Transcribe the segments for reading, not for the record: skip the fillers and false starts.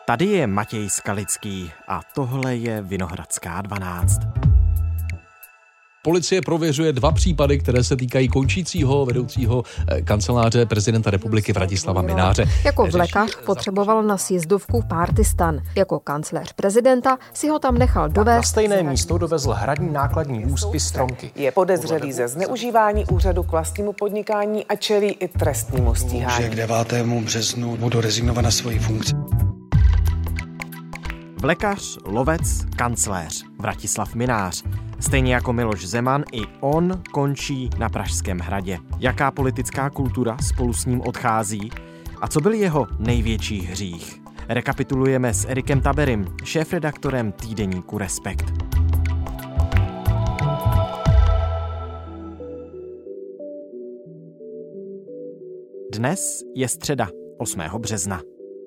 Tady je Matěj Skalický a tohle je Vinohradská 12. Policie prověřuje 2 případy, které se týkají končícího vedoucího kanceláře prezidenta republiky Vratislava Mynáře. Jako vlekař potřeboval na sjezdovku Pártistan. Jako kancléř prezidenta si ho tam nechal dovést. Na stejné místo dovezl hradní nákladní vůz i stromky. Je podezřelý ze zneužívání úřadu k vlastnímu podnikání a čelí i trestnímu stíhání. Že k 9. březnu budu rezignovat na svoji funkci. Vlekař, lovec, kancléř Vratislav Mynář. Stejně jako Miloš Zeman, i on končí na Pražském hradě. Jaká politická kultura spolu s ním odchází? A co byl jeho největší hřích? Rekapitulujeme s Erikem Taberim, šéfredaktorem týdeníku Respekt. Dnes je středa, 8. března.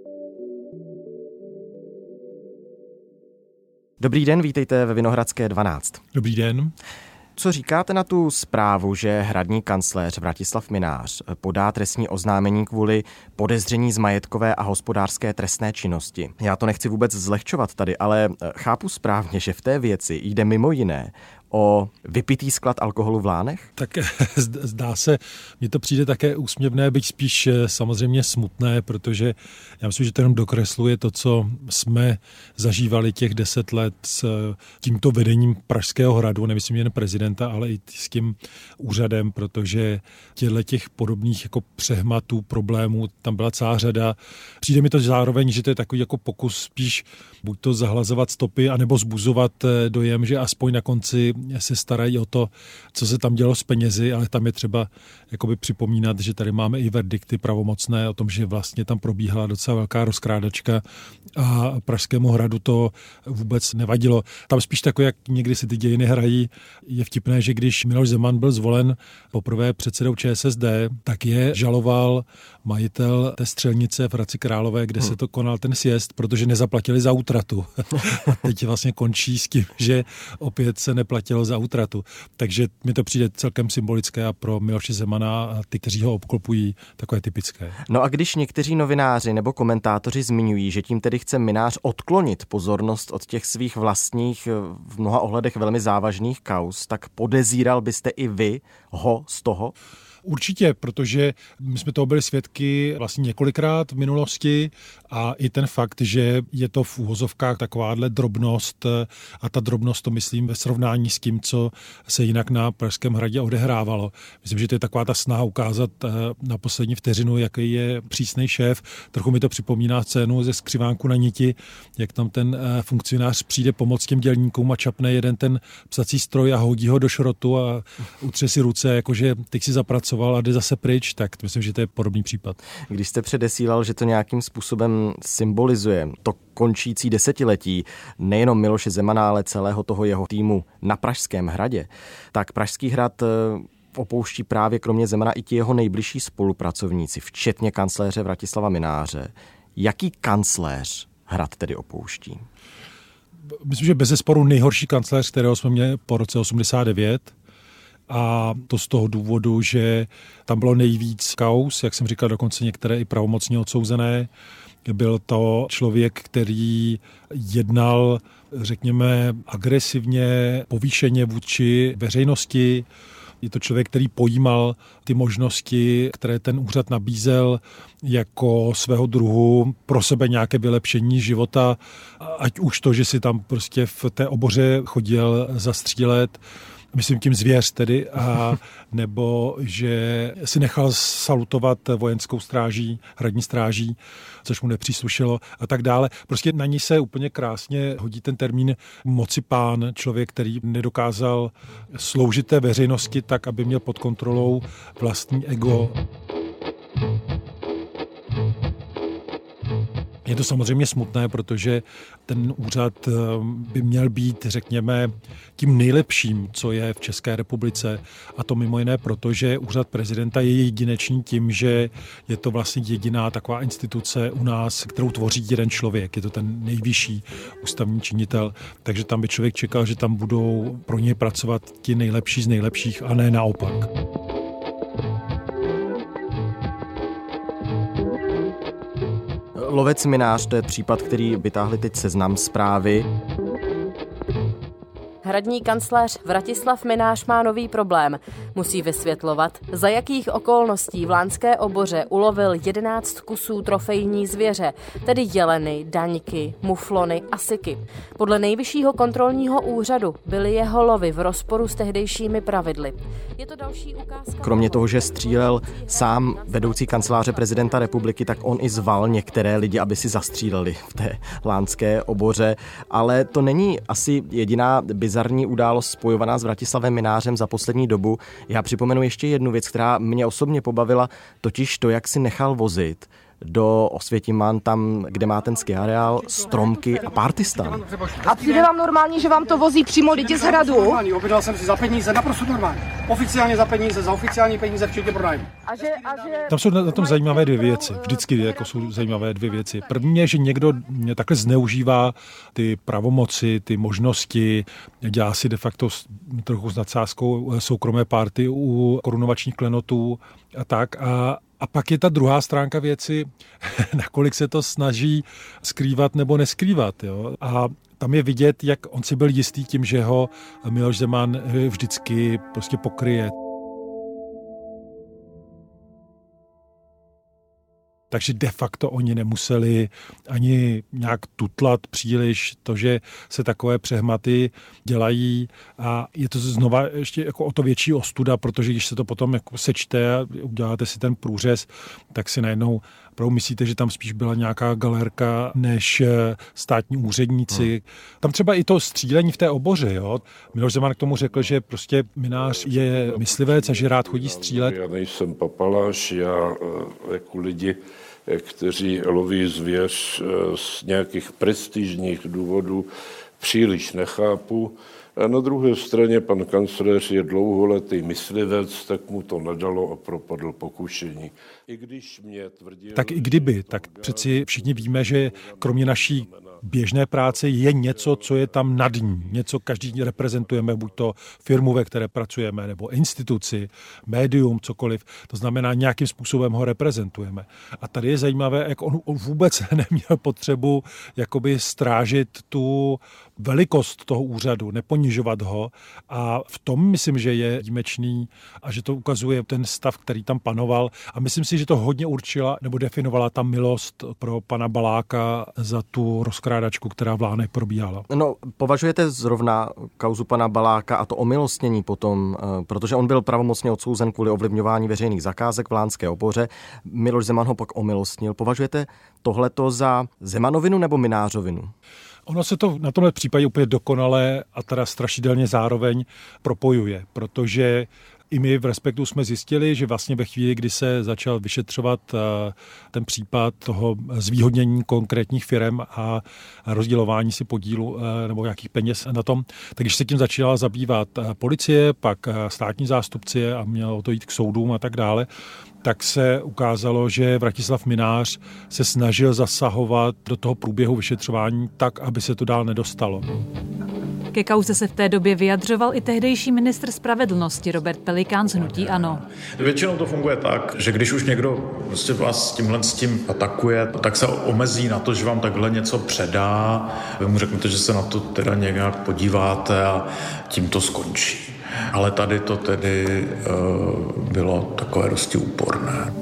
Dobrý den, vítejte ve Vinohradské 12. Dobrý den. Co říkáte na tu zprávu, že hradní kancléř Vratislav Mynář podá trestní oznámení kvůli podezření z majetkové a hospodářské trestné činnosti? Já to nechci vůbec zlehčovat tady, ale chápu správně, že v té věci jde mimo jiné o vypitý sklad alkoholu v Lánech? Tak zdá se, mně to přijde také úsměvné, byť spíš samozřejmě smutné, protože já myslím, že to jenom dokresluje to, co jsme zažívali těch 10 let s tímto vedením Pražského hradu, nemyslím jen prezidenta, ale i s tím úřadem, protože těch podobných jako přehmatů, problémů, tam byla celá řada. Přijde mi to zároveň, že to je takový jako pokus spíš buď to zahlazovat stopy, anebo zbuzovat dojem, že aspoň na konci se starají o to, co se tam dělo s penězi, ale tam je třeba jakoby připomínat, že tady máme i verdikty pravomocné o tom, že vlastně tam probíhala docela velká rozkrádačka a Pražskému hradu to vůbec nevadilo. Tam spíš takové, jak někdy si ty dějiny hrají, je vtipné, že když Miloš Zeman byl zvolen poprvé předsedou ČSSD, tak je žaloval majitel té střelnice v Hradci Králové, kde se to konal ten sjezd, protože nezaplatili za útratu. A teď vlastně končí s tím, že opět se neplatilo za útratu. Takže mi to přijde celkem symbolické a pro Miloše Zemana a ty, kteří ho obklopují, takové typické. No a když někteří novináři nebo komentátoři zmiňují, že tím tedy chce Mynář odklonit pozornost od těch svých vlastních v mnoha ohledech velmi závažných kauz, tak podezíral byste i vy ho z toho? Určitě, protože my jsme toho byli svědky vlastně několikrát v minulosti a i ten fakt, že je to v úhozovkách takováhle drobnost a ta drobnost to myslím ve srovnání s tím, co se jinak na Pražském hradě odehrávalo. Myslím, že to je taková ta snaha ukázat na poslední vteřinu, jaký je přísnej šéf. Trochu mi to připomíná scénu ze Skřivánku na niti, jak tam ten funkcionář přijde pomoct těm dělníkům a čapne jeden ten psací stroj a hodí ho do šrotu a utře si ruce, jakože teď si zapracoval a jde zase pryč, tak myslím, že to je podobný případ. Když jste předesílal, že to nějakým způsobem symbolizuje to končící desetiletí nejenom Miloše Zemana, ale celého toho jeho týmu na Pražském hradě, tak Pražský hrad opouští právě kromě Zemana i ti jeho nejbližší spolupracovníci, včetně kancléře Vratislava Mynáře. Jaký kancléř hrad tedy opouští? Myslím, že bezesporu nejhorší kancléř, kterého jsme měli po roce 89, a to z toho důvodu, že tam bylo nejvíc kauz, jak jsem říkal, dokonce některé i pravomocně odsouzené. Byl to člověk, který jednal, řekněme, agresivně, povýšeně vůči veřejnosti. Je to člověk, který pojímal ty možnosti, které ten úřad nabízel jako svého druhu pro sebe nějaké vylepšení života. Ať už to, že si tam prostě v té oboře chodil zastřílet, myslím tím zvěř tedy, a nebo že si nechal salutovat vojenskou stráží, hradní stráží, což mu nepříslušelo a tak dále. Prostě na ní se úplně krásně hodí ten termín mocipán, člověk, který nedokázal sloužit té veřejnosti tak, aby měl pod kontrolou vlastní ego. Je to samozřejmě smutné, protože ten úřad by měl být, řekněme, tím nejlepším, co je v České republice. A to mimo jiné proto, že úřad prezidenta je jedinečný tím, že je to vlastně jediná taková instituce u nás, kterou tvoří jeden člověk. Je to ten nejvyšší ústavní činitel. Takže tam by člověk čekal, že tam budou pro něj pracovat ti nejlepší z nejlepších a ne naopak. Lovec Mynář, to je případ, který vytáhli teď Seznam Zprávy. Hradní kancléř Vratislav Mynář má nový problém. Musí vysvětlovat, za jakých okolností v Lánské Oboře ulovil 11 kusů trofejní zvěře, tedy jeleny, daňky, muflony a syky. Podle Nejvyššího kontrolního úřadu byly jeho lovy v rozporu s tehdejšími pravidly. Je to další ukázka. Kromě toho, že střílel sám vedoucí kanceláře prezidenta republiky, tak on i zval některé lidi, aby si zastříleli v té Lánské Oboře. Ale to není asi jediná bizarní událost spojovaná s Vratislavem Mynářem za poslední dobu. Já připomenu ještě jednu věc, která mě osobně pobavila, totiž to, jak si nechal vozit do Osvětiman, tam, kde má ten ski areál, stromky a Partistan. A přijde vám normální, že vám to vozí přímo lidi z hradu? Normální, objednal jsem si za peníze, naprosto normálně. Oficiálně za peníze, za oficiální peníze, včetně pronájmu. Tam jsou na tom zajímavé dvě věci. Vždycky jako jsou zajímavé dvě věci. První je, že někdo mě takhle zneužívá ty pravomoci, ty možnosti, dělá si de facto trochu s nadsázkou soukromé party u korunovačních klenotů a tak. A pak je ta druhá stránka věci, nakolik se to snaží skrývat nebo neskrývat. Jo? A tam je vidět, jak on si byl jistý tím, že ho Miloš Zeman vždycky prostě pokryje. Takže de facto oni nemuseli ani nějak tutlat příliš to, že se takové přehmaty dělají a je to znova ještě jako o to větší ostuda, protože když se to potom jako sečte a uděláte si ten průřez, tak si najednou myslíte, že tam spíš byla nějaká galérka než státní úředníci. Tam třeba i to střílení v té oboře. Jo? Miloš Zeman k tomu řekl, že prostě Mynář je myslivec a že rád chodí střílet. Já nejsem papaláš, já jako lidi, kteří loví zvěř z nějakých prestižních důvodů, příliš nechápu. A na druhé straně pan kancléř je dlouholetý myslivec, tak mu to nedalo a propadl pokušení. Tak i kdyby, tak přeci všichni víme, že kromě naší běžné práce je něco, co je tam nad ní. Něco každý reprezentujeme, buď to firmu, ve které pracujeme, nebo instituci, médium, cokoliv. To znamená, nějakým způsobem ho reprezentujeme. A tady je zajímavé, jak on vůbec neměl potřebu jakoby strážit tu velikost toho úřadu, neponižovat ho. A v tom myslím, že je výjimečný a že to ukazuje ten stav, který tam panoval. A myslím si, že to hodně určila nebo definovala ta milost pro pana Baláka za tu rozkrádačku, která v Lánech probíhala. No, považujete zrovna kauzu pana Baláka a to omilostnění potom, protože on byl pravomocně odsouzen kvůli ovlivňování veřejných zakázek v Lánské Oboře, Miloš Zeman ho pak omilostnil. Považujete tohleto za Zemanovinu nebo Mynářovinu? Ono se to na tomhle případě úplně dokonale a teda strašidelně zároveň propojuje, protože i my v Respektu jsme zjistili, že vlastně ve chvíli, kdy se začal vyšetřovat ten případ toho zvýhodnění konkrétních firem a rozdělování si podílu nebo nějakých peněz na tom, tak když se tím začala zabývat policie, pak státní zástupci a mělo to jít k soudům a tak dále, tak se ukázalo, že Vratislav Mynář se snažil zasahovat do toho průběhu vyšetřování tak, aby se to dál nedostalo. Ke kauze se v té době vyjadřoval i tehdejší ministr spravedlnosti Robert Pelikán z hnutí ANO. Většinou to funguje tak, že když už někdo prostě vás s tím atakuje, tak se omezí na to, že vám takhle něco předá. Vy mu řeknete, že se na to teda nějak podíváte a tím to skončí. Ale tady to tedy bylo takové dosti úporné.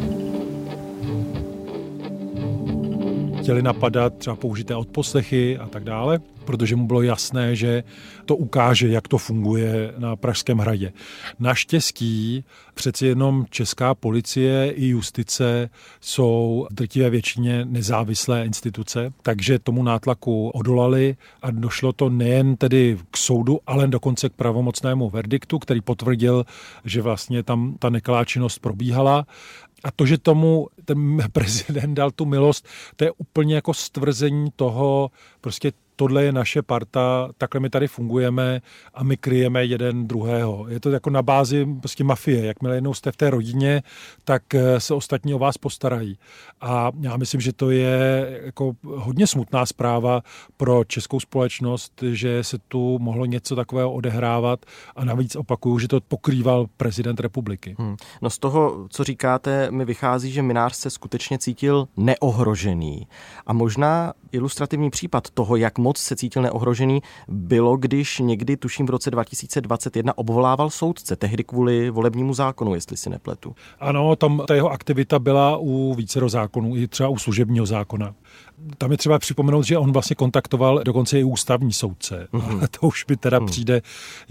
Chtěli napadat třeba použité odposlechy a tak dále, protože mu bylo jasné, že to ukáže, jak to funguje na Pražském hradě. Naštěstí přeci jenom česká policie i justice jsou v drtivé většině nezávislé instituce, takže tomu nátlaku odolali a došlo to nejen tedy k soudu, ale dokonce k pravomocnému verdiktu, který potvrdil, že vlastně tam ta nekalá činnost probíhala. A to, že tomu ten prezident dal tu milost, to je úplně jako stvrzení toho prostě tohle je naše parta, takhle my tady fungujeme a my kryjeme jeden druhého. Je to jako na bázi prostě mafie. Jakmile jednou jste v té rodině, tak se ostatní o vás postarají. A já myslím, že to je jako hodně smutná zpráva pro českou společnost, že se tu mohlo něco takového odehrávat a navíc opakuju, že to pokrýval prezident republiky. No z toho, co říkáte, mi vychází, že Mynář se skutečně cítil neohrožený. A možná ilustrativní případ toho, jak moc se cítil neohrožený, bylo, když někdy, tuším v roce 2021, obvolával soudce, tehdy kvůli volebnímu zákonu, jestli si nepletu. Ano, tam ta jeho aktivita byla u vícero zákonů, i třeba u služebního zákona. Tam je třeba připomenout, že on vlastně kontaktoval dokonce i ústavní soudce. Ale to už mi teda přijde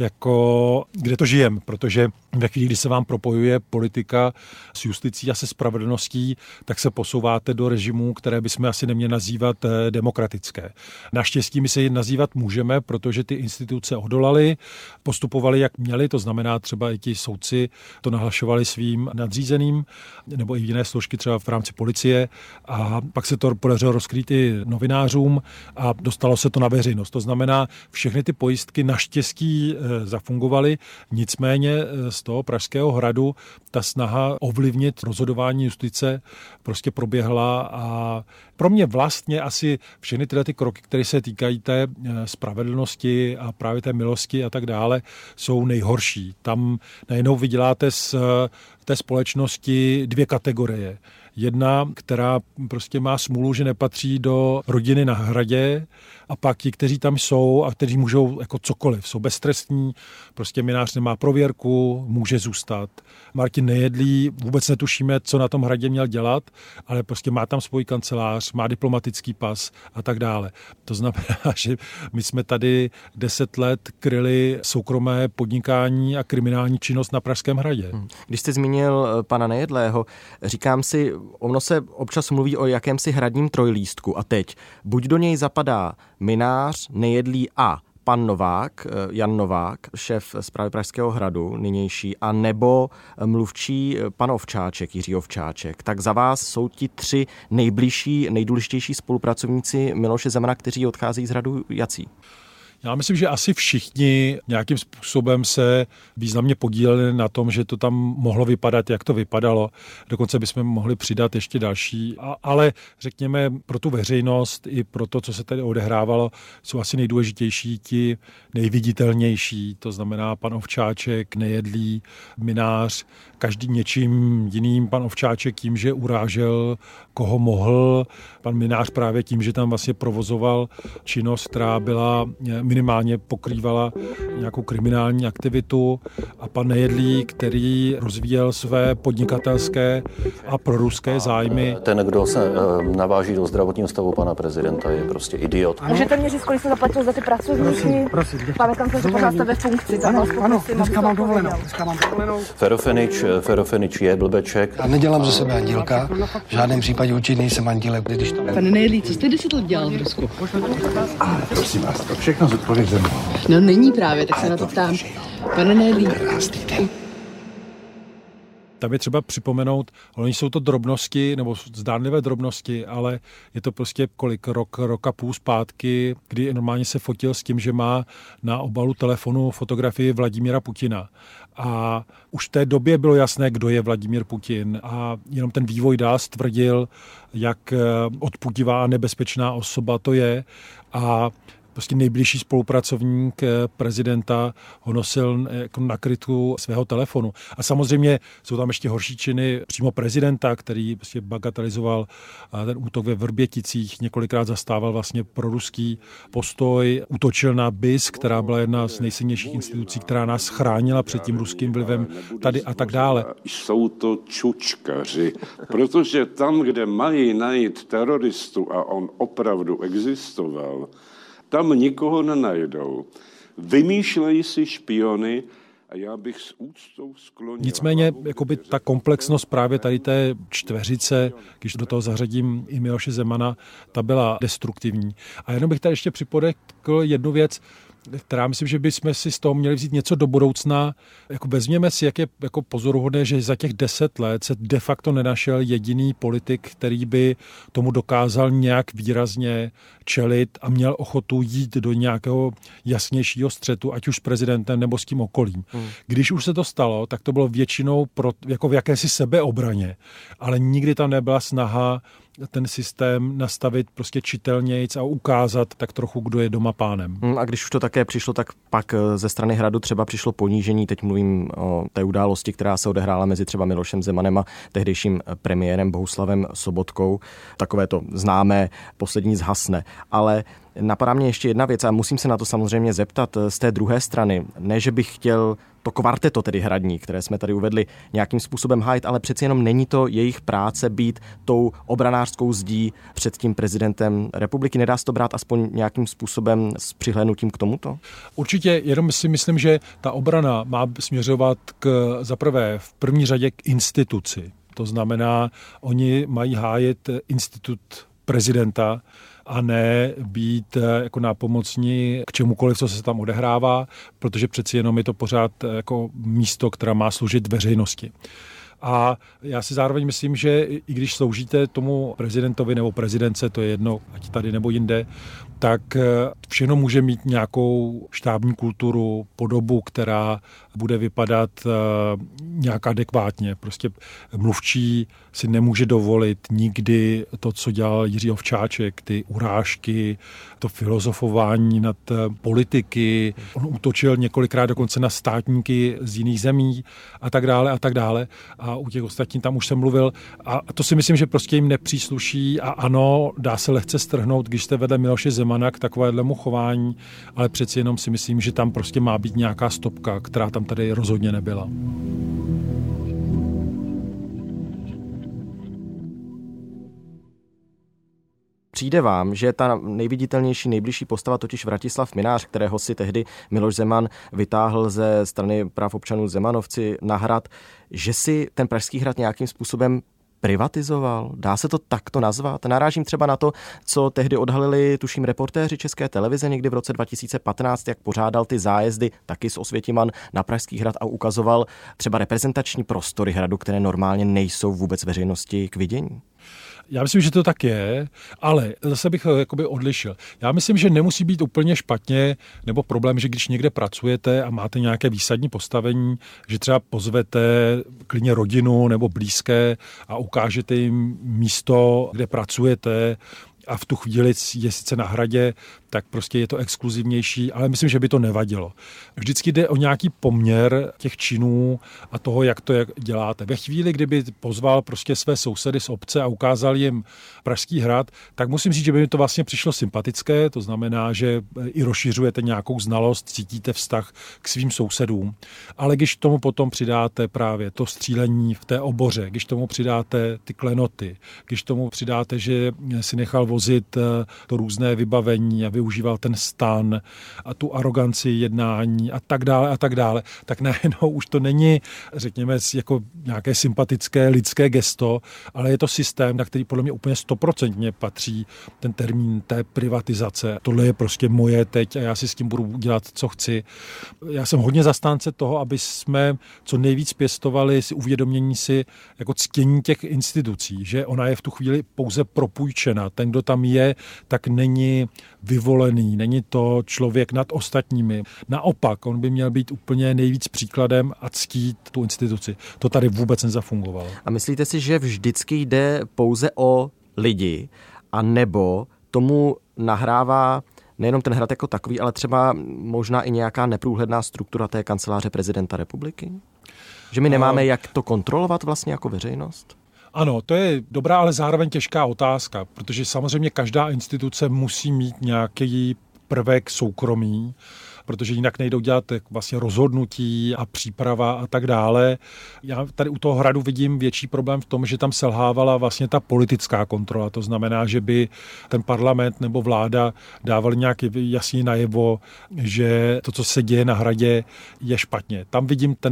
jako, kde to žijem, protože ve chvíli, kdy se vám propojuje politika s justicí a se spravedlností, tak se posouváte do režimů, které bychom asi neměli nazývat demokratické. Naštěstí my se je nazývat můžeme, protože ty instituce odolaly, postupovali jak měli, to znamená třeba i ti soudci to nahlašovali svým nadřízeným, nebo i jiné složky třeba v rámci policie, a pak se to podařilo rozkrýt i novinářům a dostalo se to na veřejnost. To znamená, všechny ty pojistky naštěstí zafungovaly, nicméně z toho Pražského hradu ta snaha ovlivnit rozhodování justice prostě proběhla a pro mě vlastně asi všechny tyhle ty kroky, které se týkají té spravedlnosti a právě té milosti a tak dále, jsou nejhorší. Tam najednou vyděláte z té společnosti dvě kategorie. Jedna, která prostě má smůlu, že nepatří do rodiny na hradě, a pak ti, kteří tam jsou a kteří můžou jako cokoliv, jsou beztrestní, prostě Mynář nemá prověrku, může zůstat. Martin Nejedlý, vůbec netušíme, co na tom hradě měl dělat, ale prostě má tam svůj kancelář, má diplomatický pas a tak dále. To znamená, že my jsme tady 10 let kryli soukromé podnikání a kriminální činnost na Pražském hradě. Když jste zmínil pana Nejedlého, říkám si, ono se občas mluví o jakémsi hradním trojlístku a teď buď do něj zapadá Mynář, Nejedlý a pan Novák, Jan Novák, šéf správy Pražského hradu, nynější, a nebo mluvčí pan Ovčáček, Jiří Ovčáček. Tak za vás jsou ti tři nejbližší, nejdůležitější spolupracovníci Miloše Zemana, kteří odcházejí z hradu, jací? Já myslím, že asi všichni nějakým způsobem se významně podíleli na tom, že to tam mohlo vypadat, jak to vypadalo. Dokonce bychom mohli přidat ještě další. Ale řekněme, pro tu veřejnost i pro to, co se tady odehrávalo, jsou asi nejdůležitější ti nejviditelnější. To znamená pan Ovčáček, Nejedlý, Mynář, každý něčím jiným. Pan Ovčáček tím, že urážel, koho mohl. Pan Mynář právě tím, že tam vlastně provozoval činnost, která byla minimálně pokrývala nějakou kriminální aktivitu, a pan Nejedlý, který rozvíjel své podnikatelské a proruské zájmy. Ten, kdo se naváží do zdravotního stavu pana prezidenta, je prostě idiot. Můžete mě říct, kolik jste zaplatil za ty pracovníky? Prosím. Pane kancléři, pořád jste ve funkci. Ano, dneska mám dovolenou. Ferofenič je blbeček. Já nedělám ze sebe andílka, v žádném případě určitě nejsem andílek, když to... Pane Nejedlý, co jste 10 let dělal v Rusku? Ale prosím vás, to všechno zodpověď ze mnou. No není právě, tak se na to ptám. Pane Nejedlý. Tam je třeba připomenout, oni jsou to drobnosti, nebo zdánlivé drobnosti, ale je to prostě rok a půl zpátky, kdy normálně se fotil s tím, že má na obalu telefonu fotografii Vladimíra Putina. A už v té době bylo jasné, kdo je Vladimír Putin, a jenom ten vývoj dál stvrdil, jak odpudivá a nebezpečná osoba to je, a prostě nejbližší spolupracovník prezidenta ho nosil na krytu svého telefonu. A samozřejmě jsou tam ještě horší činy přímo prezidenta, který prostě bagatelizoval ten útok ve Vrběticích, několikrát zastával vlastně proruský postoj, útočil na BIS, která byla jedna z nejsilnějších institucí, která nás chránila před tím ruským vlivem tady a tak dále. Jsou to čučkaři, protože tam, kde mají najít teroristu a on opravdu existoval, tam nikoho nenajdou. Vymýšlejí si špiony a já bych s úctou sklonil. Nicméně jakoby ta komplexnost právě tady té čtveřice, když do toho zařadím i Miloše Zemana, ta byla destruktivní. A jenom bych tady ještě připodotkl jednu věc. která myslím, že bychom si z toho měli vzít něco do budoucna. Jako vezměme si, jak je jako pozoruhodné, že za těch 10 let se de facto nenašel jediný politik, který by tomu dokázal nějak výrazně čelit a měl ochotu jít do nějakého jasnějšího střetu, ať už s prezidentem nebo s tím okolím. Když už se to stalo, tak to bylo většinou jako v jakési sebeobraně, ale nikdy tam nebyla snaha ten systém nastavit prostě čitelnějc a ukázat tak trochu, kdo je doma pánem. A když už to také přišlo, tak pak ze strany Hradu třeba přišlo ponížení, teď mluvím o té události, která se odehrála mezi třeba Milošem Zemanem a tehdejším premiérem Bohuslavem Sobotkou. Takové to známé, poslední zhasne. Ale napadá mě ještě jedna věc a musím se na to samozřejmě zeptat z té druhé strany. Ne, že bych chtěl to kvarteto, tedy hradní, které jsme tady uvedli, nějakým způsobem hájit, ale přeci jenom není to jejich práce být tou obranářskou zdí před tím prezidentem republiky. Nedá se to brát aspoň nějakým způsobem s přihlédnutím k tomuto? Určitě, jenom si myslím, že ta obrana má směřovat za prvé v první řadě k instituci. To znamená, oni mají hájit institut prezidenta a ne být jako nápomocní k čemukoliv, co se tam odehrává, protože přeci jenom je to pořád jako místo, které má sloužit veřejnosti. A já si zároveň myslím, že i když sloužíte tomu prezidentovi nebo prezidence, to je jedno, ať tady nebo jinde, tak všechno může mít nějakou štábní kulturu, podobu, která bude vypadat nějak adekvátně. Prostě mluvčí si nemůže dovolit nikdy to, co dělal Jiří Ovčáček, ty urážky, to filozofování nad politiky. On útočil několikrát dokonce na státníky z jiných zemí a tak dále a tak dále. A u těch ostatních tam už jsem mluvil. A to si myslím, že prostě jim nepřísluší a ano, dá se lehce strhnout, když jste vedle Miloše Zemana k takovému chování, ale přeci jenom si myslím, že tam prostě má být nějaká stopka, která tam tady rozhodně nebyla. Přijde vám, že ta nejviditelnější, nejbližší postava, totiž Vratislav Mynář, kterého si tehdy Miloš Zeman vytáhl ze strany práv občanů Zemanovci na Hrad, že si ten Pražský hrad nějakým způsobem privatizoval? Dá se to takto nazvat? Narážím třeba na to, co tehdy odhalili, tuším, reportéři České televize někdy v roce 2015, jak pořádal ty zájezdy taky z Osvětiman na Pražský hrad a ukazoval třeba reprezentační prostory hradu, které normálně nejsou vůbec veřejnosti k vidění. Já myslím, že to tak je, ale zase bych jakoby odlišil. Já myslím, že nemusí být úplně špatně nebo problém, že když někde pracujete a máte nějaké výsadní postavení, že třeba pozvete klidně rodinu nebo blízké a ukážete jim místo, kde pracujete, a v tu chvíli je sice na hradě, tak prostě je to exkluzivnější, ale myslím, že by to nevadilo. Vždycky jde o nějaký poměr těch činů a toho, jak to děláte. Ve chvíli, kdyby pozval prostě své sousedy z obce a ukázal jim Pražský hrad, tak musím říct, že by mi to vlastně přišlo sympatické, to znamená, že i rozšiřujete nějakou znalost, cítíte vztah k svým sousedům. Ale když tomu potom přidáte právě to střílení v té oboře, když tomu přidáte ty klenoty, když tomu přidáte, že si nechal vozit to různé vybavení a využíval ten stan a tu aroganci jednání a tak dále, tak najednou už to není, řekněme, jako nějaké sympatické lidské gesto, ale je to systém, na který podle mě úplně 100% patří ten termín té privatizace. Tohle je prostě moje teď a já si s tím budu dělat, co chci. Já jsem hodně zastánce toho, aby jsme co nejvíc pěstovali si uvědomění si jako ctění těch institucí, že ona je v tu chvíli pouze propůjčena. Ten, kdo tam je, tak není vyvolený, není to člověk nad ostatními. Naopak, on by měl být úplně nejvíc příkladem a ctít tu instituci. To tady vůbec nezafungovalo. A myslíte si, že vždycky jde pouze o lidi, a nebo tomu nahrává nejenom ten hrad jako takový, ale třeba možná i nějaká neprůhledná struktura té kanceláře prezidenta republiky? Že my nemáme jak to kontrolovat vlastně jako veřejnost? Ano, to je dobrá, ale zároveň těžká otázka, protože samozřejmě každá instituce musí mít nějaký prvek soukromí, protože jinak nejdou dělat vlastně rozhodnutí a příprava a tak dále. Já tady u toho hradu vidím větší problém v tom, že tam selhávala vlastně ta politická kontrola. To znamená, že by ten parlament nebo vláda dávali nějak jasně najevo, že to, co se děje na hradě, je špatně. Tam vidím ten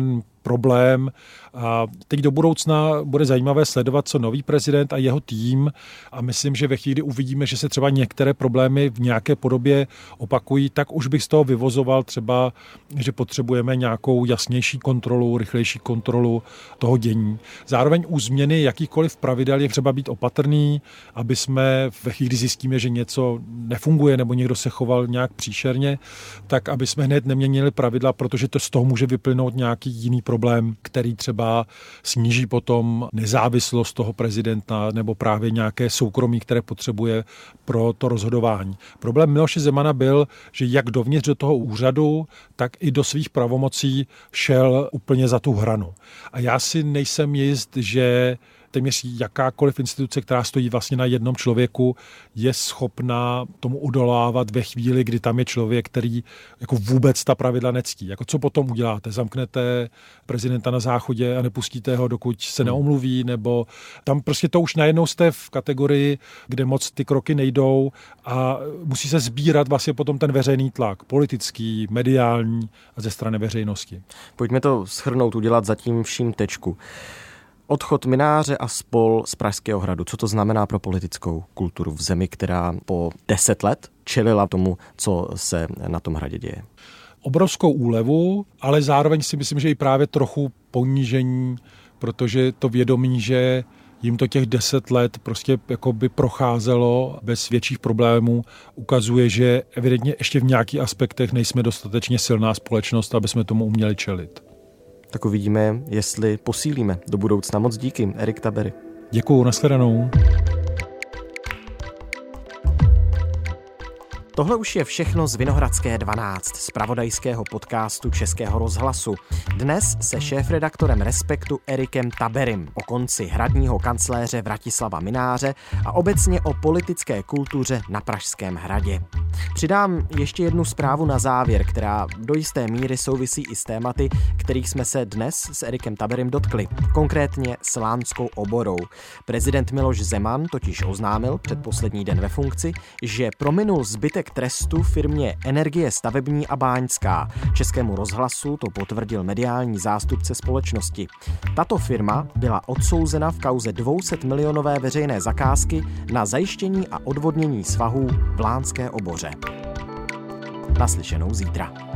problém. A teď do budoucna bude zajímavé sledovat, co nový prezident a jeho tým, a myslím, že ve chvíli uvidíme, že se třeba některé problémy v nějaké podobě opakují, tak už bych z toho vyvozoval třeba, že potřebujeme nějakou jasnější kontrolu, rychlejší kontrolu toho dění. Zároveň u změny jakýchkoliv pravidel je třeba být opatrný, aby jsme ve chvíli zjistíme, že něco nefunguje nebo někdo se choval nějak příšerně, tak aby jsme hned neměnili pravidla, protože to z toho může vyplynout nějaký jiný problém, který třeba sníží potom nezávislost toho prezidenta nebo právě nějaké soukromí, které potřebuje pro to rozhodování. Problém Miloše Zemana byl, že jak dovnitř do toho úřadu, tak i do svých pravomocí šel úplně za tu hranu. A já si nejsem jist, že téměř jakákoliv instituce, která stojí vlastně na jednom člověku, je schopná tomu odolávat ve chvíli, kdy tam je člověk, který jako vůbec ta pravidla nectí. Jako co potom uděláte? Zamknete prezidenta na záchodě a nepustíte ho, dokud se neomluví, nebo tam prostě to už najednou jste v kategorii, kde moc ty kroky nejdou a musí se sbírat vlastně potom ten veřejný tlak, politický, mediální a ze strany veřejnosti. Pojďme to shrnout, udělat zatím vším tečku. Odchod Mynáře a spol z Pražského hradu. Co to znamená pro politickou kulturu v zemi, která po 10 let čelila tomu, co se na tom hradě děje? Obrovskou úlevu, ale zároveň si myslím, že i právě trochu ponížení, protože to vědomí, že jim to těch 10 let prostě jakoby procházelo bez větších problémů, ukazuje, že evidentně ještě v nějakých aspektech nejsme dostatečně silná společnost, aby jsme tomu uměli čelit. Tak uvidíme, jestli posílíme do budoucna. Moc díky, Erik Tabery. Děkuju, nashledanou. Tohle už je všechno z Vinohradské 12, z zpravodajského podcastu Českého rozhlasu. Dnes se šéfredaktorem Respektu Erikem Taberym o konci hradního kancléře Vratislava Mynáře a obecně o politické kultuře na Pražském hradě. Přidám ještě jednu zprávu na závěr, která do jisté míry souvisí i s tématy, kterých jsme se dnes s Erikem Taberym dotkli, konkrétně s Lánskou oborou. Prezident Miloš Zeman totiž oznámil předposlední den ve funkci, že prominul zbytek trestu firmě Energie stavební a báňská. Českému rozhlasu to potvrdil mediální zástupce společnosti. Tato firma byla odsouzena v kauze 200 milionové veřejné zakázky na zajištění a odvodnění svahů v Lánské oboře. Naslyšenou zítra.